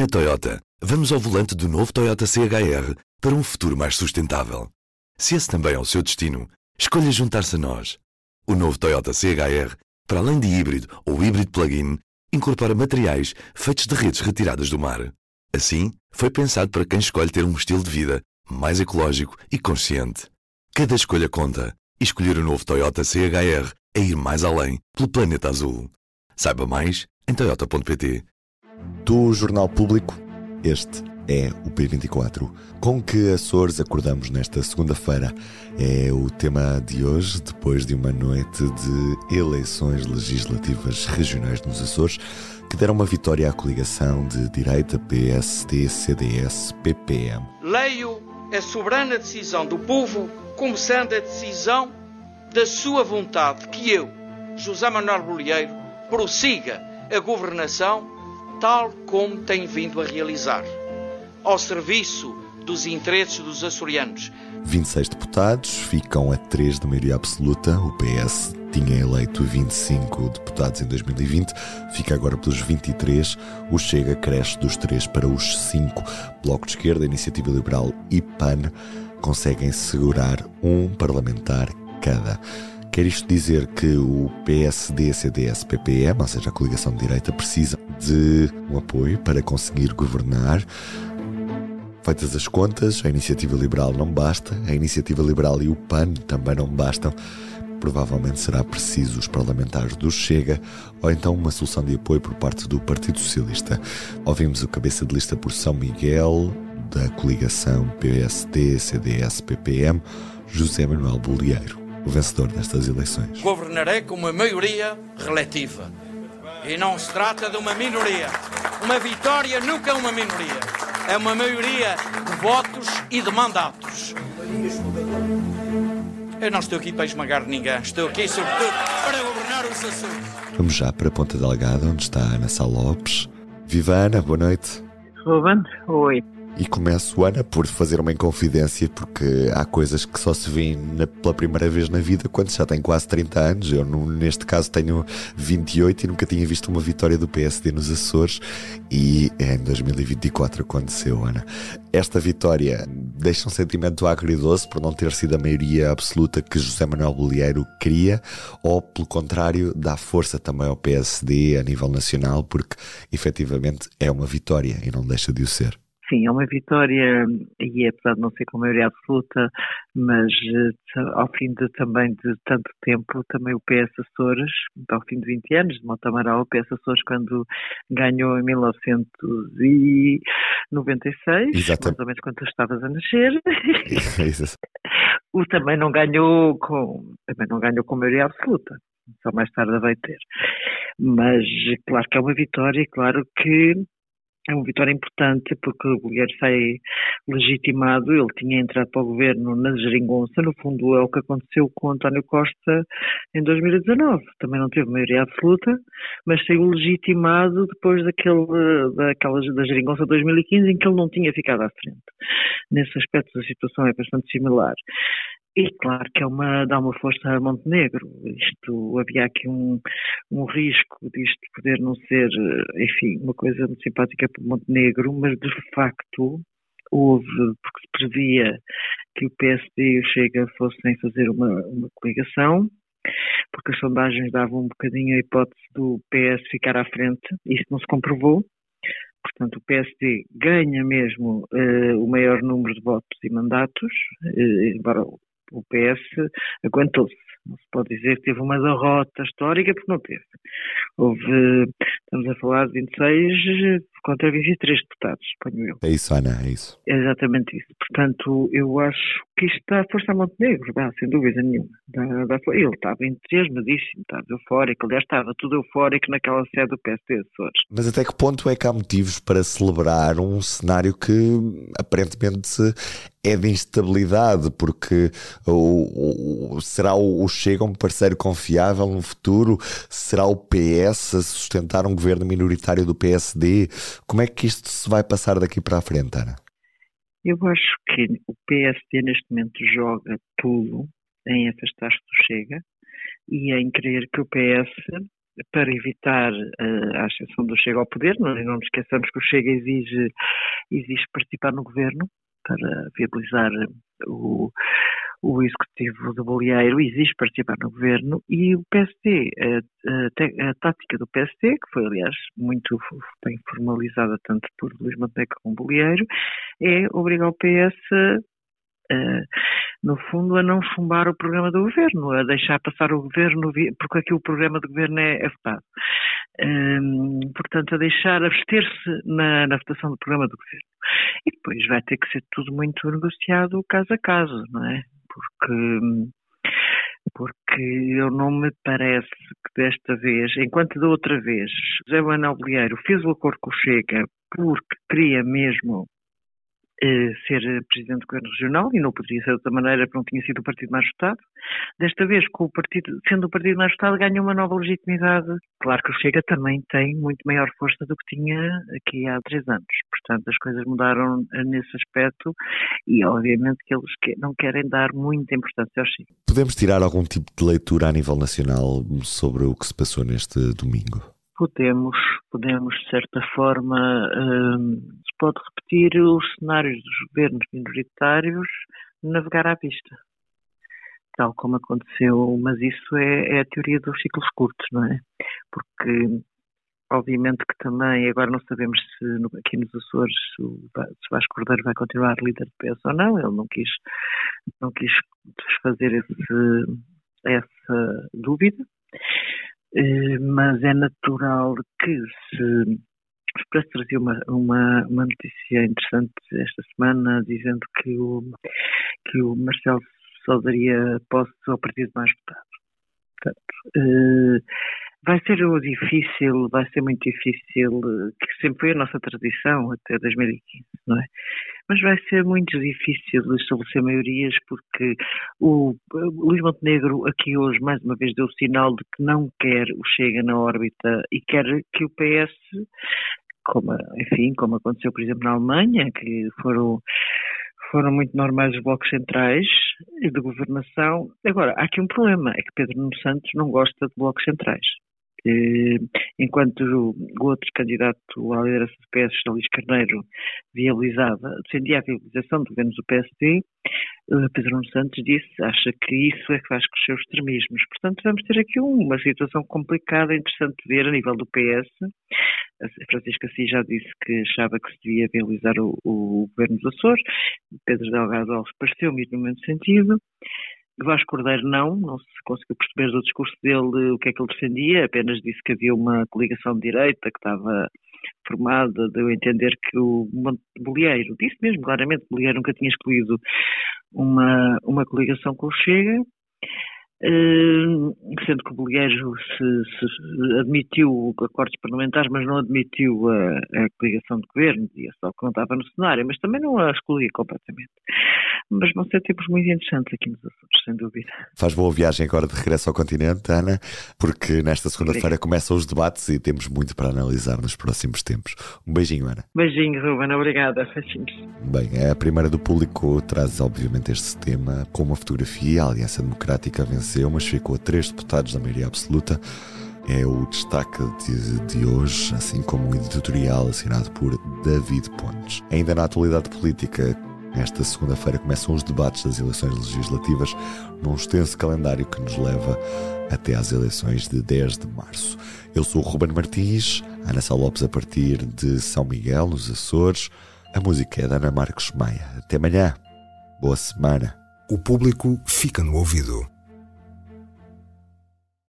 Na Toyota, vamos ao volante do novo Toyota CHR para um futuro mais sustentável. Se esse também é o seu destino, escolha juntar-se a nós. O novo Toyota CHR, para além de híbrido ou híbrido plug-in, incorpora materiais feitos de redes retiradas do mar. Assim, foi pensado para quem escolhe ter um estilo de vida mais ecológico e consciente. Cada escolha conta, e escolher o novo Toyota CHR é ir mais além pelo planeta azul. Saiba mais em toyota.pt. Do Jornal Público, este é o P24. Com que Açores acordamos nesta segunda-feira? É o tema de hoje, depois de uma noite de eleições legislativas regionais nos Açores, que deram uma vitória à coligação de direita PSD, CDS, PPM. Leio a soberana decisão do povo como sendo a decisão da sua vontade que eu, José Manuel Bolieiro, prossiga a governação tal como tem vindo a realizar, ao serviço dos interesses dos açorianos. 26 deputados ficam a 3 de maioria absoluta. O PS tinha eleito 25 deputados em 2020, fica agora pelos 23. O Chega cresce dos 3 para os 5. Bloco de Esquerda, Iniciativa Liberal e PAN conseguem segurar um parlamentar cada. Quer isto dizer que o PSD, CDS, PPM, ou seja, a coligação de direita, precisa de um apoio para conseguir governar. Feitas as contas, a Iniciativa Liberal não basta, a Iniciativa Liberal e o PAN também não bastam. Provavelmente será preciso os parlamentares do Chega ou então uma solução de apoio por parte do Partido Socialista. Ouvimos o cabeça de lista por São Miguel, da coligação PSD, CDS, PPM, José Manuel Bolieiro, o vencedor destas eleições. Governarei com uma maioria relativa. E não se trata de uma minoria. Uma vitória nunca é uma minoria. É uma maioria de votos e de mandatos. Eu não estou aqui para esmagar ninguém. Estou aqui, sobretudo, para governar os Açores. Vamos já para Ponta Delgada, onde está a Ana Sá Lopes. Viva Ana, boa noite. Ruben, oi. E começo, Ana, por fazer uma inconfidência, porque há coisas que só se vêem pela primeira vez na vida quando já tem quase 30 anos. Eu, neste caso, tenho 28 e nunca tinha visto uma vitória do PSD nos Açores. E em 2024 aconteceu, Ana. Esta vitória deixa um sentimento agridoce por não ter sido a maioria absoluta que José Manuel Bolieiro queria, ou, pelo contrário, dá força também ao PSD a nível nacional, porque, efetivamente, é uma vitória e não deixa de o ser. Sim, é uma vitória, e apesar de não ser com maioria absoluta, mas ao fim também de tanto tempo, também o PS Açores, ao fim de 20 anos, de Montamaral, o PS Açores, quando ganhou em 1996, Exatamente. mais ou menos quando tu estavas a nascer, Isso. o também não ganhou com maioria absoluta, só mais tarde vai ter. Mas claro que é uma vitória, e claro que é uma vitória importante porque o Bolieiro sai legitimado. Ele tinha entrado para o governo na geringonça, no fundo é o que aconteceu com António Costa em 2019. Também não teve maioria absoluta, mas saiu legitimado depois da geringonça de 2015, em que ele não tinha ficado à frente. Nesse aspecto a situação é bastante similar. E claro que dá uma força a Montenegro. Havia aqui um risco disto poder não ser, enfim, uma coisa muito simpática para Montenegro, mas de facto houve, porque se previa que o PSD e o Chega fossem fazer uma coligação, porque as sondagens davam um bocadinho a hipótese do PS ficar à frente, isso não se comprovou. Portanto, o PSD ganha mesmo o maior número de votos e mandatos, embora o PS aguentou-se. Não se pode dizer que teve uma derrota histórica, porque não teve. Estamos a falar de 26 contra 23 deputados, suponho eu. É isso, Ana, é isso. É exatamente isso. Portanto, eu acho que isto dá força a Montenegro, sem dúvida nenhuma. Ele estava entusiasmadíssimo, estava eufórico, aliás, estava tudo eufórico naquela sede do PSD Açores. Mas até que ponto é que há motivos para celebrar um cenário que aparentemente é de instabilidade, porque será o Chega um parceiro confiável no futuro? Será o PS a sustentar um governo minoritário do PSD? Como é que isto se vai passar daqui para a frente, Ana? Eu acho que o PSD neste momento joga tudo em afastar-se do Chega e em querer que o PS para evitar a ascensão do Chega ao poder. Não nos esqueçamos que o Chega exige participar no governo para viabilizar o executivo do Bolieiro, exige participar no governo, e o PSD, a tática do PSD, que foi aliás muito bem formalizada tanto por Luís Montenegro como Bolieiro, é obrigar o PS no fundo a não chumbar o programa do governo, a deixar passar o governo, porque aqui o programa do governo é votado. Portanto, a deixar abster-se na votação do programa do governo. E depois vai ter que ser tudo muito negociado caso a caso, não é? Porque eu não me parece que desta vez, enquanto da outra vez, José Manuel Bolieiro fez o acordo com o Chega porque queria mesmo ser presidente do governo regional, e não poderia ser de outra maneira porque não tinha sido o partido mais votado. Desta vez, sendo o partido mais votado, ganhou uma nova legitimidade. Claro que o Chega também tem muito maior força do que tinha aqui há 3 anos. Portanto, as coisas mudaram nesse aspecto e, obviamente, que eles não querem dar muita importância ao Chega. Podemos tirar algum tipo de leitura a nível nacional sobre o que se passou neste domingo? Podemos, de certa forma, se pode repetir os cenários dos governos minoritários, navegar à vista, tal como aconteceu, mas isso é a teoria dos ciclos curtos, não é? Porque, obviamente que também, agora não sabemos se aqui nos Açores se Vasco Cordeiro vai continuar líder do PS ou não, ele não quis desfazer essa dúvida. Mas é natural que o Expresso trazia uma notícia interessante esta semana, dizendo que o Marcelo só daria posse ao partido mais votado. Portanto, vai ser muito difícil, que sempre foi a nossa tradição até 2015, não é? Mas vai ser muito difícil estabelecer maiorias, porque o Luís Montenegro aqui hoje mais uma vez deu o sinal de que não quer o Chega na órbita e quer que o PS, como aconteceu por exemplo na Alemanha, que foram muito normais os blocos centrais de governação. Agora, há aqui um problema, é que Pedro Nuno Santos não gosta de blocos centrais. Enquanto o outro candidato à liderança do PS, Luís Carneiro, defendia a viabilização de governos do PSD, Pedro Nuno Santos acha que isso é que faz crescer os extremismos. Portanto, vamos ter aqui uma situação complicada, interessante de ver a nível do PS. A Francisca Assis já disse que achava que se devia viabilizar o governo dos Açores. Pedro Delgado Alves pareceu-me no mesmo sentido. Vasco Cordeiro não se conseguiu perceber do discurso dele o que é que ele defendia, apenas disse que havia uma coligação de direita que estava formada, deu a entender que o Bolieiro, disse mesmo claramente que Bolieiro nunca tinha excluído uma coligação com o Chega, sendo que o Bolieiro se admitiu acordos parlamentares, mas não admitiu a coligação de governo, dizia só que não estava no cenário, mas também não a excluía completamente. Mas vão ser tempos muito interessantes aqui nos Açores, sem dúvida. Faz boa viagem agora de regresso ao continente, Ana, porque nesta segunda-feira começam os debates e temos muito para analisar nos próximos tempos. Um beijinho, Ana. Beijinho, Ruben, obrigada. Bem, a Primeira do Público traz obviamente este tema com uma fotografia. A Aliança Democrática venceu, mas ficou a 3 deputados da maioria absoluta. É o destaque de hoje, assim como o editorial assinado por David Pontes. Ainda na atualidade política, esta segunda-feira começam os debates das eleições legislativas num extenso calendário que nos leva até às eleições de 10 de março. Eu sou o Ruben Martins, Ana Sá Lopes a partir de São Miguel, nos Açores. A música é da Ana Marcos Maia. Até amanhã. Boa semana. O Público fica no ouvido.